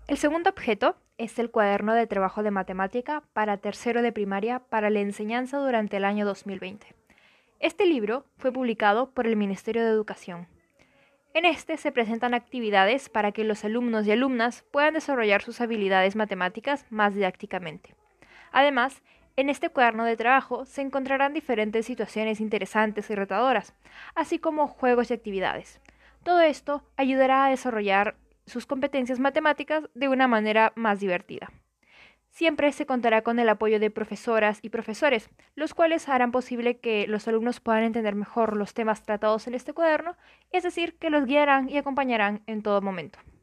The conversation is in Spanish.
El segundo objeto es el cuaderno de trabajo de matemática para tercero de primaria para la enseñanza durante el año 2020. Este libro fue publicado por el Ministerio de Educación. En este se presentan actividades para que los alumnos y alumnas puedan desarrollar sus habilidades matemáticas más didácticamente. Además, en este cuaderno de trabajo se encontrarán diferentes situaciones interesantes y retadoras, así como juegos y actividades. Todo esto ayudará a desarrollar sus competencias matemáticas de una manera más divertida. Siempre se contará con el apoyo de profesoras y profesores, los cuales harán posible que los alumnos puedan entender mejor los temas tratados en este cuaderno, es decir, que los guiarán y acompañarán en todo momento.